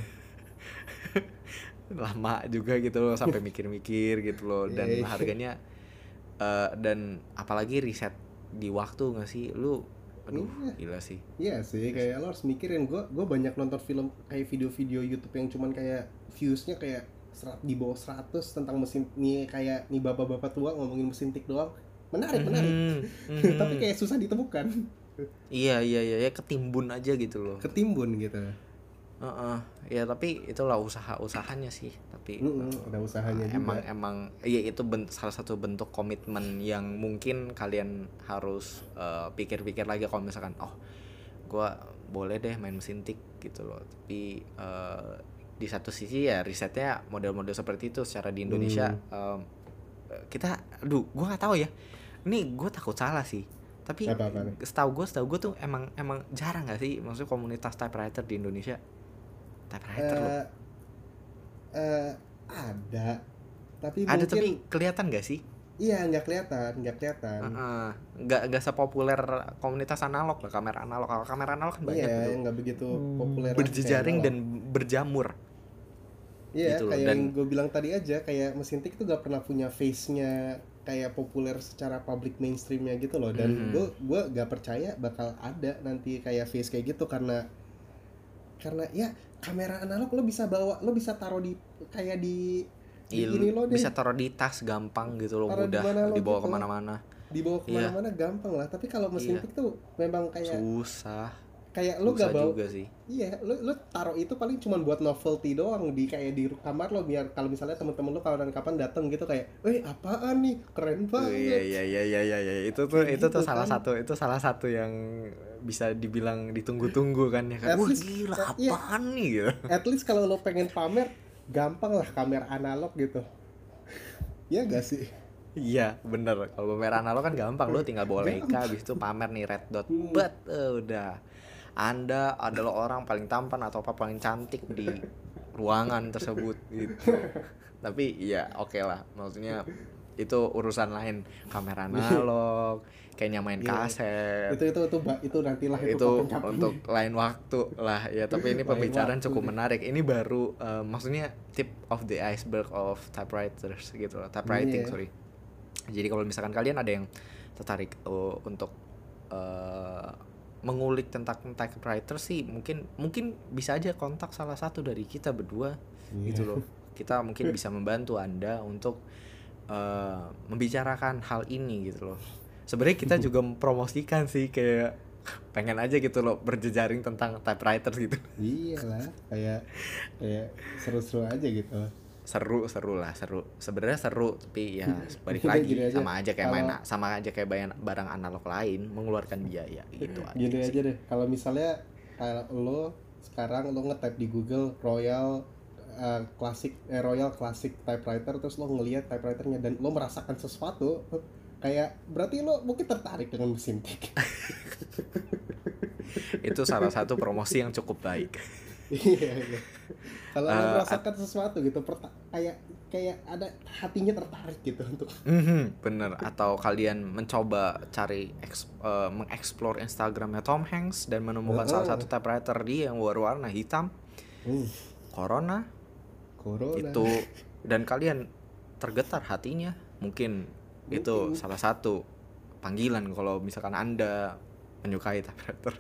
[SPEAKER 1] Lama juga gitu loh, sampai mikir-mikir gitu loh, dan
[SPEAKER 2] Iya.
[SPEAKER 1] harganya dan apalagi riset di waktu nggak sih lu, aduh
[SPEAKER 2] Iya.
[SPEAKER 1] gila sih.
[SPEAKER 2] Iya sih, kayak lo harus mikirin. Gue banyak nonton film kayak video-video YouTube yang cuman kayak viewsnya kayak di bawah 100 tentang mesin nih, kayak nih bapak-bapak tua ngomongin mesin tik doang. Menarik, menarik. Tapi kayak susah ditemukan.
[SPEAKER 1] Iya ketimbun aja gitu loh.
[SPEAKER 2] Ketimbun gitu.
[SPEAKER 1] Ya tapi itulah usahanya sih, tapi
[SPEAKER 2] Ada usahanya juga.
[SPEAKER 1] emang iya itu salah satu bentuk komitmen yang mungkin kalian harus pikir-pikir lagi kalau misalkan gua boleh deh main mesin tik gitu loh, tapi di satu sisi ya risetnya model-model seperti itu secara di Indonesia kita gua nggak tahu ya, ini gue takut salah sih, tapi
[SPEAKER 2] Apa-apa nih?
[SPEAKER 1] setahu gue tuh emang jarang nggak sih maksudnya komunitas typewriter di Indonesia. Typewriter loh.
[SPEAKER 2] Ada, tapi
[SPEAKER 1] Ada
[SPEAKER 2] mungkin
[SPEAKER 1] tapi kelihatan gak sih?
[SPEAKER 2] iya nggak kelihatan.
[SPEAKER 1] Nggak sepopuler komunitas analog lah, kamera analog. Kalau kamera analog kan banyak
[SPEAKER 2] Iya,
[SPEAKER 1] gitu,
[SPEAKER 2] nggak begitu populer
[SPEAKER 1] berjejaring
[SPEAKER 2] kayak
[SPEAKER 1] dan berjamur.
[SPEAKER 2] iya,
[SPEAKER 1] gitu loh.
[SPEAKER 2] kayak
[SPEAKER 1] Dan
[SPEAKER 2] yang gue bilang tadi aja, kayak mesin tik tuh gak pernah punya face-nya kayak populer secara public mainstreamnya gitu loh. Dan gue gak percaya bakal ada nanti kayak face kayak gitu, karena ya kamera analog lo bisa bawa, lo bisa taruh di kayak di ini lo deh,
[SPEAKER 1] bisa taruh di tas gampang gitu loh,
[SPEAKER 2] taruh di
[SPEAKER 1] mudah
[SPEAKER 2] mana lo
[SPEAKER 1] dibawa
[SPEAKER 2] gitu,
[SPEAKER 1] kemana-mana.
[SPEAKER 2] dibawa kemana-mana gampang lah. Tapi kalau mesin
[SPEAKER 1] Iya.
[SPEAKER 2] tik tuh memang
[SPEAKER 1] Susah
[SPEAKER 2] lo gak bawa
[SPEAKER 1] juga sih.
[SPEAKER 2] iya, lo taruh itu paling cuma buat novelty doang di kayak di kamar lo, biar kalau misalnya teman-teman lo kapan datang gitu kayak, apaan nih, keren banget.
[SPEAKER 1] Iya. Itu tuh
[SPEAKER 2] Gitu
[SPEAKER 1] salah
[SPEAKER 2] kan.
[SPEAKER 1] salah satu yang bisa dibilang ditunggu-tunggu kan ya kan.
[SPEAKER 2] At
[SPEAKER 1] Wah
[SPEAKER 2] least,
[SPEAKER 1] gila
[SPEAKER 2] iya,
[SPEAKER 1] apaan nih gitu.
[SPEAKER 2] at least kalau lo pengen pamer, gampang lah kamera analog gitu. Ya gak sih?
[SPEAKER 1] Iya bener, kalau pamer analog kan gampang, lo tinggal bawa Leica habis itu pamer nih red dot, udah Anda adalah orang paling tampan atau apa paling cantik di ruangan tersebut gitu. Tapi ya oke lah, maksudnya itu urusan lain, kamera analog kayak nyamain kaset
[SPEAKER 2] Itu nantilah itu
[SPEAKER 1] itu
[SPEAKER 2] kapan-kapan.
[SPEAKER 1] untuk lain waktu lah ya. Tapi ini
[SPEAKER 2] Lain
[SPEAKER 1] pembicaraan
[SPEAKER 2] waktu
[SPEAKER 1] cukup
[SPEAKER 2] deh.
[SPEAKER 1] menarik. Ini baru maksudnya tip of the iceberg of typewriters gitu loh, typewriting
[SPEAKER 2] Iya.
[SPEAKER 1] sorry. Jadi kalau misalkan kalian ada yang tertarik untuk mengulik tentang typewriter sih, mungkin bisa aja kontak salah satu dari kita berdua gitu loh. Kita mungkin bisa membantu Anda untuk membicarakan hal ini gitu loh. Sebenarnya kita juga mempromosikan sih, kayak pengen aja gitu loh berjejaring tentang typewriter gitu.
[SPEAKER 2] Iyalah, kayak seru-seru aja gitu.
[SPEAKER 1] Seru sebenarnya seru, tapi ya balik
[SPEAKER 2] Gini
[SPEAKER 1] lagi
[SPEAKER 2] aja,
[SPEAKER 1] sama aja kayak barang analog lain mengeluarkan biaya gitu aja
[SPEAKER 2] gini
[SPEAKER 1] sih.
[SPEAKER 2] aja deh, kalau misalnya kayak lo sekarang lo nge-type di Google Royal Royal Classic typewriter, terus lo ngelihat typewriternya dan lo merasakan sesuatu, kayak berarti lo mungkin tertarik dengan mesin tik.
[SPEAKER 1] Itu salah satu promosi yang cukup baik.
[SPEAKER 2] Iya. Kalau lo merasakan sesuatu gitu, kayak ada hatinya tertarik gitu untuk
[SPEAKER 1] Bener. Atau kalian mencoba cari mengeksplor Instagramnya Tom Hanks dan menemukan salah satu typewriter dia yang berwarna hitam, Corona itu, dan kalian tergetar hatinya, mungkin itu salah satu panggilan kalau misalkan Anda menyukai typewriter.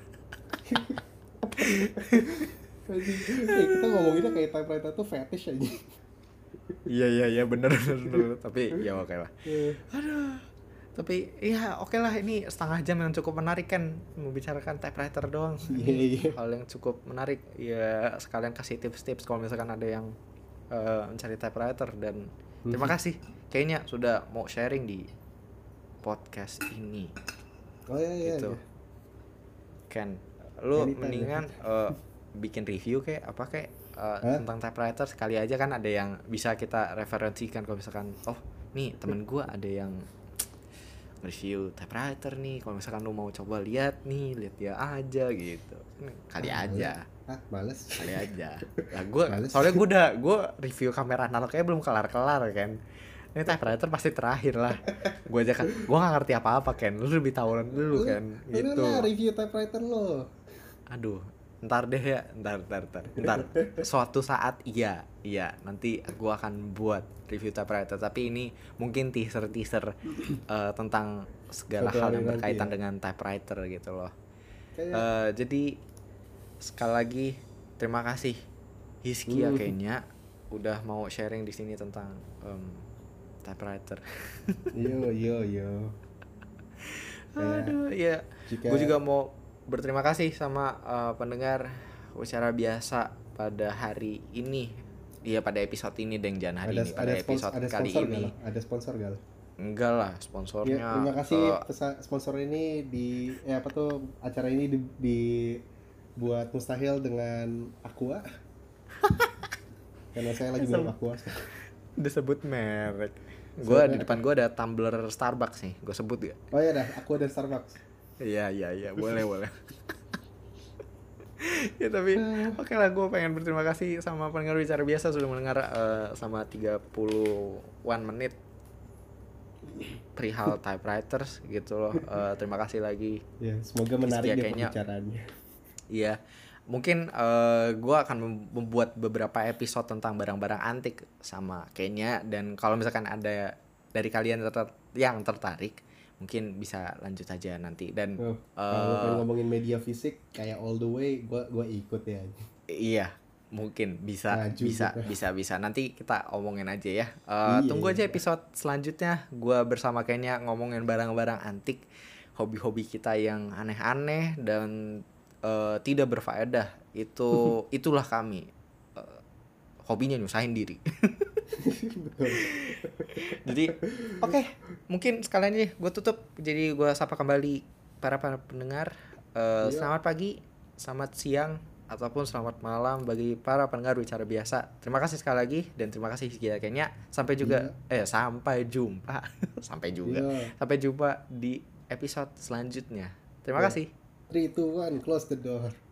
[SPEAKER 2] kita ngomonginnya kayak typewriter tuh fetish aja.
[SPEAKER 1] Iya bener. Tapi ya oke lah. Tapi ya oke lah, ini setengah jam yang cukup menarik kan membicarakan typewriter doang.
[SPEAKER 2] Iya.
[SPEAKER 1] Hal yang cukup menarik ya, sekalian kasih tips-tips kalau misalkan ada yang mencari typewriter. Dan terima kasih kayaknya sudah mau sharing di podcast ini.
[SPEAKER 2] Iya.
[SPEAKER 1] Gitu. Ken, lu
[SPEAKER 2] Anytime.
[SPEAKER 1] mendingan bikin review kayak apa kayak tentang typewriter sekali aja, kan ada yang bisa kita referensikan kalau misalkan nih temen gua ada yang review typewriter nih, kalau misalkan lu mau coba lihat dia aja gitu. Kali aja
[SPEAKER 2] Males.
[SPEAKER 1] kali aja lah. Soalnya gua review kamera analognya belum kelar kan. Ini typewriter pasti terakhir lah. Gua aja kan gua nggak ngerti apa-apa kan, lu lebih tahu dulu kan gitu.
[SPEAKER 2] Lu lah review typewriter lo.
[SPEAKER 1] Aduh, Ntar deh ya, ntar. Suatu saat iya, nanti gua akan buat review typewriter. Tapi ini mungkin teaser tentang segala
[SPEAKER 2] Suatu
[SPEAKER 1] hal
[SPEAKER 2] hari
[SPEAKER 1] yang
[SPEAKER 2] nanti
[SPEAKER 1] berkaitan
[SPEAKER 2] ya.
[SPEAKER 1] dengan typewriter gitu loh.
[SPEAKER 2] Kayak
[SPEAKER 1] Jadi sekali lagi terima kasih Hizky ya kayaknya udah mau sharing di sini tentang typewriter.
[SPEAKER 2] yo. Kayak
[SPEAKER 1] Aduh, ya.
[SPEAKER 2] jika
[SPEAKER 1] Gue juga mau berterima kasih sama pendengar Bicara Biasa pada hari ini. Iya, pada episode ini, Deng, jangan hari ini. Pada episode
[SPEAKER 2] ada
[SPEAKER 1] kali
[SPEAKER 2] sponsor gak
[SPEAKER 1] ini.
[SPEAKER 2] lo? Ada sponsor gak lo?
[SPEAKER 1] Enggak lah,
[SPEAKER 2] Ya,
[SPEAKER 1] sponsornya
[SPEAKER 2] terima kasih sponsor ini di apa tuh acara ini dibuat mustahil dengan Aqua. Karena saya lagi minum Aqua.
[SPEAKER 1] udah sebut merek. Gue di depan gue ada tumbler Starbucks nih, gue sebut gak?
[SPEAKER 2] Oh iya dah, Aqua dan Starbucks.
[SPEAKER 1] Iya, boleh. Ya tapi oke lah, gue pengen berterima kasih sama pendengar Bicara Biasa sudah mendengar sama 30-an menit perihal typewriters gitu loh. Terima kasih lagi.
[SPEAKER 2] Ya, semoga menarik ya
[SPEAKER 1] kayaknya,
[SPEAKER 2] pembicaraannya.
[SPEAKER 1] Iya, mungkin gue akan membuat beberapa episode tentang barang-barang antik sama kayaknya. Dan kalau misalkan ada dari kalian yang tertarik, mungkin bisa lanjut aja nanti. Dan
[SPEAKER 2] kalau pengen ngomongin media fisik kayak all the way, gue ikut ya.
[SPEAKER 1] Iya, mungkin bisa nanti kita omongin aja ya. Tunggu aja episode selanjutnya. Gue bersama kayaknya ngomongin barang-barang antik, hobi-hobi kita yang aneh-aneh dan tidak berfaedah. Itulah kami. Hobinya nyusahin diri.
[SPEAKER 2] Betul.
[SPEAKER 1] Jadi oke, mungkin sekalian aja gue tutup. Jadi gue sapa kembali para pendengar. Selamat pagi, selamat siang, ataupun selamat malam bagi para pendengar Bicara Biasa. Terima kasih sekali lagi dan terima kasih kayaknya. Sampai jumpa. Sampai jumpa di episode selanjutnya. Terima kasih.
[SPEAKER 2] 3, 2, 1, close the door.